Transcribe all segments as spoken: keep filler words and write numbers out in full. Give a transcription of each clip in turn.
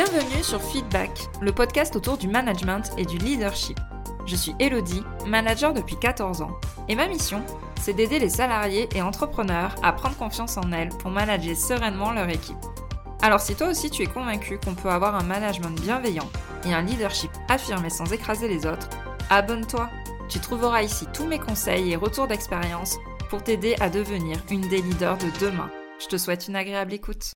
Bienvenue sur Feedback, le podcast autour du management et du leadership. Je suis Elodie, manager depuis quatorze ans, et ma mission, c'est d'aider les salariés et entrepreneurs à prendre confiance en elles pour manager sereinement leur équipe. Alors si toi aussi tu es convaincu qu'on peut avoir un management bienveillant et un leadership affirmé sans écraser les autres, abonne-toi. Tu trouveras ici tous mes conseils et retours d'expérience pour t'aider à devenir une des leaders de demain. Je te souhaite une agréable écoute.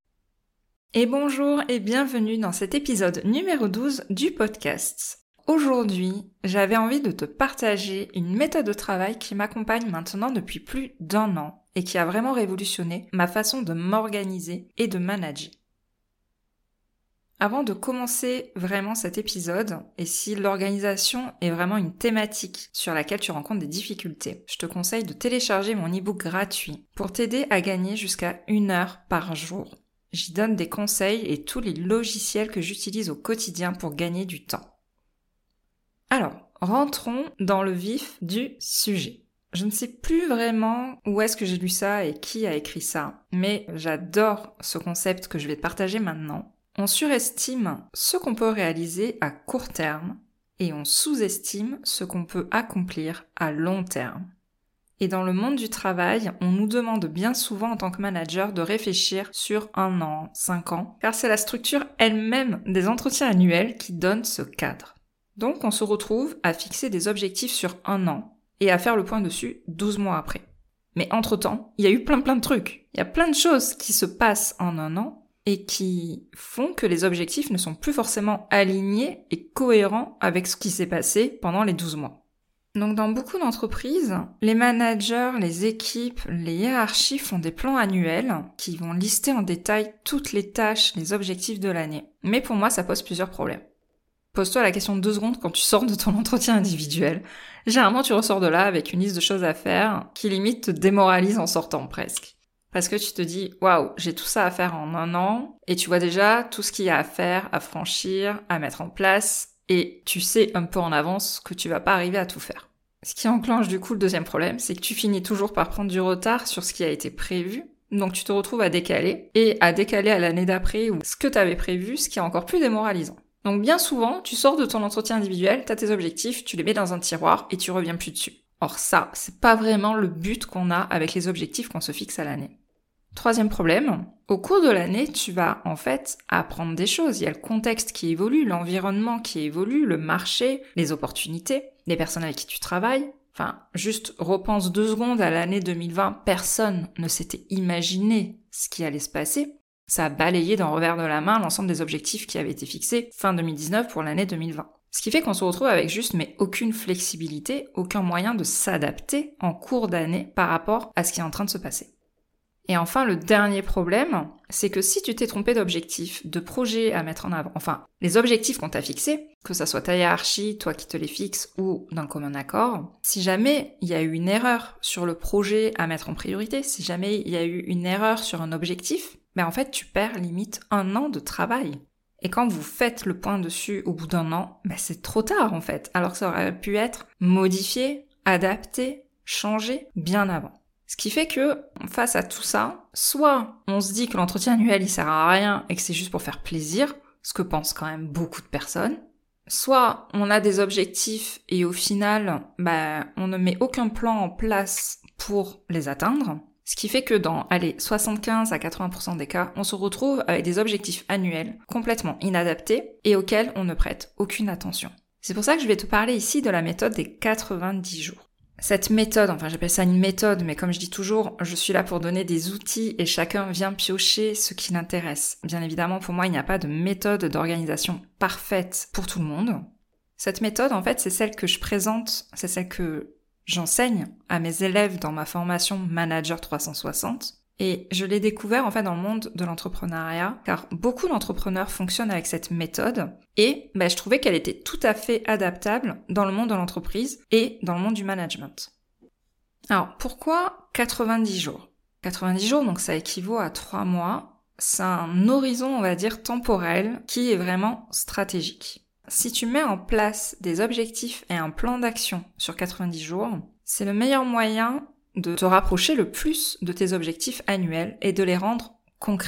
Et bonjour et bienvenue dans cet épisode numéro douze du podcast. Aujourd'hui, j'avais envie de te partager une méthode de travail qui m'accompagne maintenant depuis plus d'un an et qui a vraiment révolutionné ma façon de m'organiser et de manager. Avant de commencer vraiment cet épisode, et si l'organisation est vraiment une thématique sur laquelle tu rencontres des difficultés, je te conseille de télécharger mon e-book gratuit pour t'aider à gagner jusqu'à une heure par jour. J'y donne des conseils et tous les logiciels que j'utilise au quotidien pour gagner du temps. Alors, rentrons dans le vif du sujet. Je ne sais plus vraiment où est-ce que j'ai lu ça et qui a écrit ça, mais j'adore ce concept que je vais te partager maintenant. On surestime ce qu'on peut réaliser à court terme et on sous-estime ce qu'on peut accomplir à long terme. Et dans le monde du travail, on nous demande bien souvent en tant que manager de réfléchir sur un an, cinq ans, car c'est la structure elle-même des entretiens annuels qui donne ce cadre. Donc on se retrouve à fixer des objectifs sur un an et à faire le point dessus douze mois après. Mais entre-temps, il y a eu plein plein de trucs. Il y a plein de choses qui se passent en un an et qui font que les objectifs ne sont plus forcément alignés et cohérents avec ce qui s'est passé pendant les douze mois. Donc dans beaucoup d'entreprises, les managers, les équipes, les hiérarchies font des plans annuels qui vont lister en détail toutes les tâches, les objectifs de l'année. Mais pour moi, ça pose plusieurs problèmes. Pose-toi la question de deux secondes quand tu sors de ton entretien individuel. Généralement, tu ressors de là avec une liste de choses à faire qui limite te démoralise en sortant presque. Parce que tu te dis, waouh, j'ai tout ça à faire en un an, et tu vois déjà tout ce qu'il y a à faire, à franchir, à mettre en place, et tu sais un peu en avance que tu vas pas arriver à tout faire. Ce qui enclenche du coup le deuxième problème, c'est que tu finis toujours par prendre du retard sur ce qui a été prévu, donc tu te retrouves à décaler, et à décaler à l'année d'après ou ce que tu avais prévu, ce qui est encore plus démoralisant. Donc bien souvent, tu sors de ton entretien individuel, t'as tes objectifs, tu les mets dans un tiroir et tu reviens plus dessus. Or ça, c'est pas vraiment le but qu'on a avec les objectifs qu'on se fixe à l'année. Troisième problème, au cours de l'année, tu vas en fait apprendre des choses. Il y a le contexte qui évolue, l'environnement qui évolue, le marché, les opportunités, les personnes avec qui tu travailles. Enfin, juste repense deux secondes à l'année deux mille vingt, personne ne s'était imaginé ce qui allait se passer. Ça a balayé d'un revers de la main l'ensemble des objectifs qui avaient été fixés fin deux mille dix-neuf pour l'année deux mille vingt. Ce qui fait qu'on se retrouve avec juste mais aucune flexibilité, aucun moyen de s'adapter en cours d'année par rapport à ce qui est en train de se passer. Et enfin, le dernier problème, c'est que si tu t'es trompé d'objectif, de projet à mettre en avant, enfin, les objectifs qu'on t'a fixés, que ça soit ta hiérarchie, toi qui te les fixes, ou d'un commun accord, si jamais il y a eu une erreur sur le projet à mettre en priorité, si jamais il y a eu une erreur sur un objectif, ben en fait, tu perds limite un an de travail. Et quand vous faites le point dessus au bout d'un an, ben c'est trop tard en fait, alors que ça aurait pu être modifié, adapté, changé bien avant. Ce qui fait que, face à tout ça, soit on se dit que l'entretien annuel il sert à rien et que c'est juste pour faire plaisir, ce que pensent quand même beaucoup de personnes, soit on a des objectifs et au final, bah, on ne met aucun plan en place pour les atteindre, ce qui fait que dans, allez, soixante-quinze à quatre-vingts pour cent des cas, on se retrouve avec des objectifs annuels complètement inadaptés et auxquels on ne prête aucune attention. C'est pour ça que je vais te parler ici de la méthode des quatre-vingt-dix jours. Cette méthode, enfin j'appelle ça une méthode, mais comme je dis toujours, je suis là pour donner des outils et chacun vient piocher ce qui l'intéresse. Bien évidemment, pour moi, il n'y a pas de méthode d'organisation parfaite pour tout le monde. Cette méthode, en fait, c'est celle que je présente, c'est celle que j'enseigne à mes élèves dans ma formation Manager trois cent soixante. Et je l'ai découvert en fait dans le monde de l'entrepreneuriat, car beaucoup d'entrepreneurs fonctionnent avec cette méthode, et bah, je trouvais qu'elle était tout à fait adaptable dans le monde de l'entreprise et dans le monde du management. Alors, pourquoi quatre-vingt-dix jours ? quatre-vingt-dix jours, donc ça équivaut à trois mois, c'est un horizon, on va dire, temporel, qui est vraiment stratégique. Si tu mets en place des objectifs et un plan d'action sur quatre-vingt-dix jours, c'est le meilleur moyen de te rapprocher le plus de tes objectifs annuels et de les rendre concrets.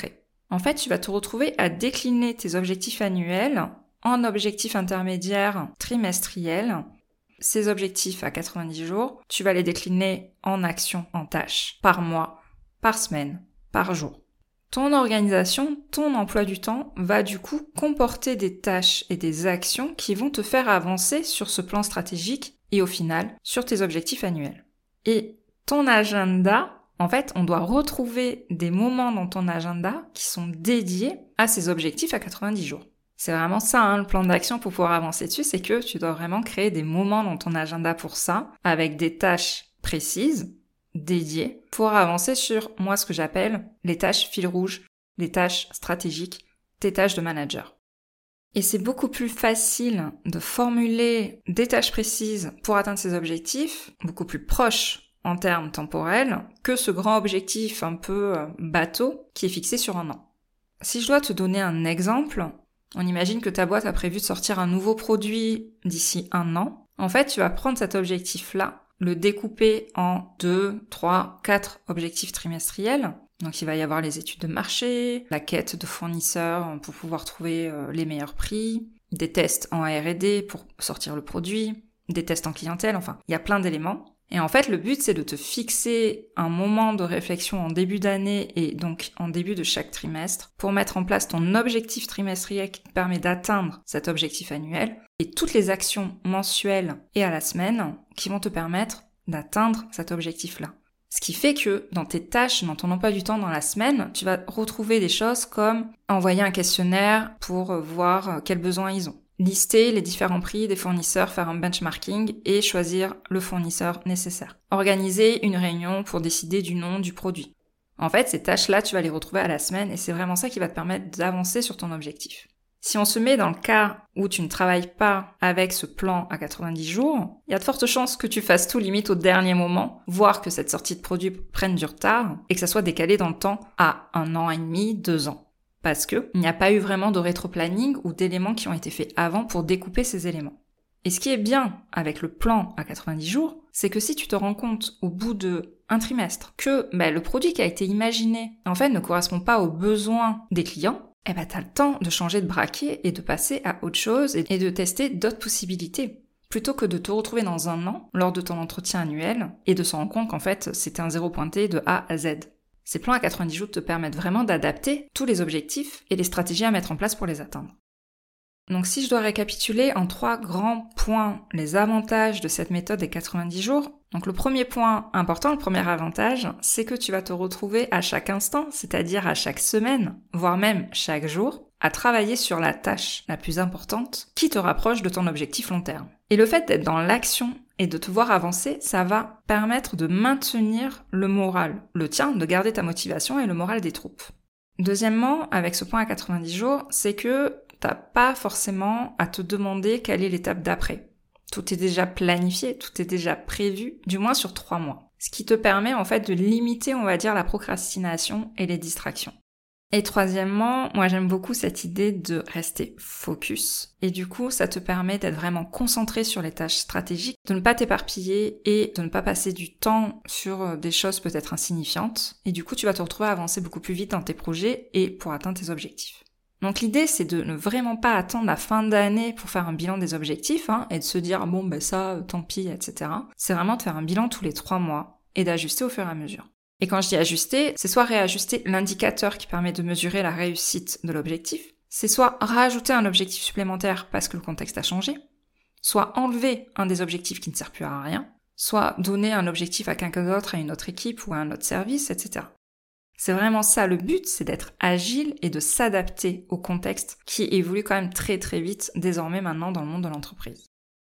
En fait, tu vas te retrouver à décliner tes objectifs annuels en objectifs intermédiaires trimestriels. Ces objectifs à quatre-vingt-dix jours, tu vas les décliner en actions, en tâches, par mois, par semaine, par jour. Ton organisation, ton emploi du temps va du coup comporter des tâches et des actions qui vont te faire avancer sur ce plan stratégique et au final, sur tes objectifs annuels. Et ton agenda, en fait, on doit retrouver des moments dans ton agenda qui sont dédiés à ces objectifs à quatre-vingt-dix jours. C'est vraiment ça, hein, le plan d'action pour pouvoir avancer dessus, c'est que tu dois vraiment créer des moments dans ton agenda pour ça, avec des tâches précises, dédiées, pour avancer sur, moi, ce que j'appelle les tâches fil rouge, les tâches stratégiques, tes tâches de manager. Et c'est beaucoup plus facile de formuler des tâches précises pour atteindre ces objectifs, beaucoup plus proches en termes temporels, que ce grand objectif un peu bateau qui est fixé sur un an. Si je dois te donner un exemple, on imagine que ta boîte a prévu de sortir un nouveau produit d'ici un an. En fait, tu vas prendre cet objectif-là, le découper en deux, trois, quatre objectifs trimestriels. Donc il va y avoir les études de marché, la quête de fournisseurs pour pouvoir trouver les meilleurs prix, des tests en R et D pour sortir le produit, des tests en clientèle, enfin, il y a plein d'éléments. Et en fait, le but, c'est de te fixer un moment de réflexion en début d'année et donc en début de chaque trimestre pour mettre en place ton objectif trimestriel qui te permet d'atteindre cet objectif annuel et toutes les actions mensuelles et à la semaine qui vont te permettre d'atteindre cet objectif-là. Ce qui fait que dans tes tâches, dans ton emploi du temps dans la semaine, tu vas retrouver des choses comme envoyer un questionnaire pour voir quels besoins ils ont. Lister les différents prix des fournisseurs, faire un benchmarking et choisir le fournisseur nécessaire. Organiser une réunion pour décider du nom du produit. En fait, ces tâches-là, tu vas les retrouver à la semaine et c'est vraiment ça qui va te permettre d'avancer sur ton objectif. Si on se met dans le cas où tu ne travailles pas avec ce plan à quatre-vingt-dix jours, il y a de fortes chances que tu fasses tout limite au dernier moment, voire que cette sortie de produit prenne du retard et que ça soit décalé dans le temps à un an et demi, deux ans. Parce que il n'y a pas eu vraiment de rétro-planning ou d'éléments qui ont été faits avant pour découper ces éléments. Et ce qui est bien avec le plan à quatre-vingt-dix jours, c'est que si tu te rends compte au bout de un trimestre que bah, le produit qui a été imaginé en fait ne correspond pas aux besoins des clients, eh ben t'as le temps de changer de braquet et de passer à autre chose et de tester d'autres possibilités. Plutôt que de te retrouver dans un an lors de ton entretien annuel et de se rendre compte qu'en fait c'était un zéro pointé de A à Z. Ces plans à quatre-vingt-dix jours te permettent vraiment d'adapter tous les objectifs et les stratégies à mettre en place pour les atteindre. Donc si je dois récapituler en trois grands points les avantages de cette méthode des quatre-vingt-dix jours, donc le premier point important, le premier avantage, c'est que tu vas te retrouver à chaque instant, c'est-à-dire à chaque semaine, voire même chaque jour, à travailler sur la tâche la plus importante qui te rapproche de ton objectif long terme. Et le fait d'être dans l'action et de te voir avancer, ça va permettre de maintenir le moral, le tien, de garder ta motivation et le moral des troupes. Deuxièmement, avec ce point à quatre-vingt-dix jours, c'est que t'as pas forcément à te demander quelle est l'étape d'après. Tout est déjà planifié, tout est déjà prévu, du moins sur trois mois. Ce qui te permet en fait de limiter, on va dire, la procrastination et les distractions. Et troisièmement, moi j'aime beaucoup cette idée de rester focus. Et du coup, ça te permet d'être vraiment concentré sur les tâches stratégiques, de ne pas t'éparpiller et de ne pas passer du temps sur des choses peut-être insignifiantes. Et du coup, tu vas te retrouver à avancer beaucoup plus vite dans tes projets et pour atteindre tes objectifs. Donc l'idée, c'est de ne vraiment pas attendre la fin d'année pour faire un bilan des objectifs hein, et de se dire « bon, ben ça, tant pis, et cetera » C'est vraiment de faire un bilan tous les trois mois et d'ajuster au fur et à mesure. Et quand je dis ajuster, c'est soit réajuster l'indicateur qui permet de mesurer la réussite de l'objectif, c'est soit rajouter un objectif supplémentaire parce que le contexte a changé, soit enlever un des objectifs qui ne sert plus à rien, soit donner un objectif à quelqu'un d'autre, à une autre équipe ou à un autre service, et cetera. C'est vraiment ça le but, c'est d'être agile et de s'adapter au contexte qui évolue quand même très très vite désormais maintenant dans le monde de l'entreprise.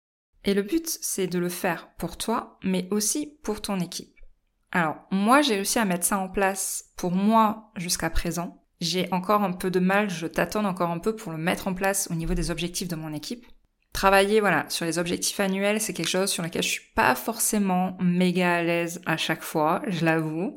Et le but, c'est de le faire pour toi, mais aussi pour ton équipe. Alors, moi, j'ai réussi à mettre ça en place pour moi jusqu'à présent. J'ai encore un peu de mal, je tâtonne encore un peu pour le mettre en place au niveau des objectifs de mon équipe. Travailler, voilà, sur les objectifs annuels, c'est quelque chose sur lequel je suis pas forcément méga à l'aise à chaque fois, je l'avoue.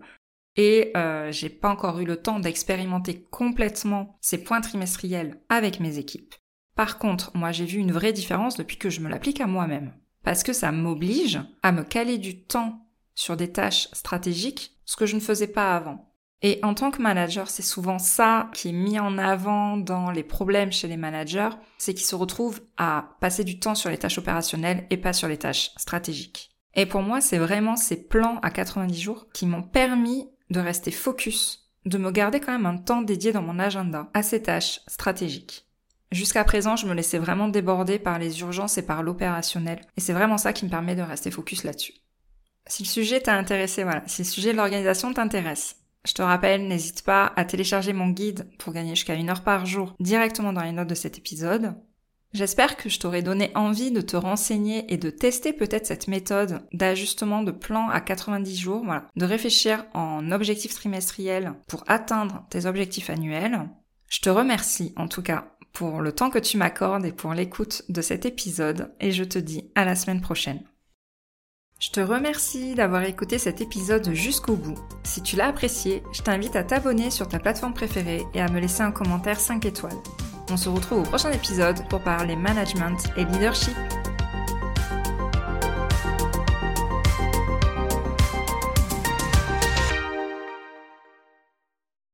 Et euh, j'ai pas encore eu le temps d'expérimenter complètement ces points trimestriels avec mes équipes. Par contre, moi, j'ai vu une vraie différence depuis que je me l'applique à moi-même. Parce que ça m'oblige à me caler du temps sur des tâches stratégiques, ce que je ne faisais pas avant. Et en tant que manager, c'est souvent ça qui est mis en avant dans les problèmes chez les managers, c'est qu'ils se retrouvent à passer du temps sur les tâches opérationnelles et pas sur les tâches stratégiques. Et pour moi, c'est vraiment ces plans à quatre-vingt-dix jours qui m'ont permis de rester focus, de me garder quand même un temps dédié dans mon agenda à ces tâches stratégiques. Jusqu'à présent, je me laissais vraiment déborder par les urgences et par l'opérationnel, et c'est vraiment ça qui me permet de rester focus là-dessus. Si le sujet t'a intéressé, voilà, si le sujet de l'organisation t'intéresse, je te rappelle, n'hésite pas à télécharger mon guide pour gagner jusqu'à une heure par jour directement dans les notes de cet épisode. J'espère que je t'aurai donné envie de te renseigner et de tester peut-être cette méthode d'ajustement de plan à quatre-vingt-dix jours, voilà, de réfléchir en objectifs trimestriels pour atteindre tes objectifs annuels. Je te remercie en tout cas pour le temps que tu m'accordes et pour l'écoute de cet épisode et je te dis à la semaine prochaine. Je te remercie d'avoir écouté cet épisode jusqu'au bout. Si tu l'as apprécié, je t'invite à t'abonner sur ta plateforme préférée et à me laisser un commentaire cinq étoiles. On se retrouve au prochain épisode pour parler management et leadership.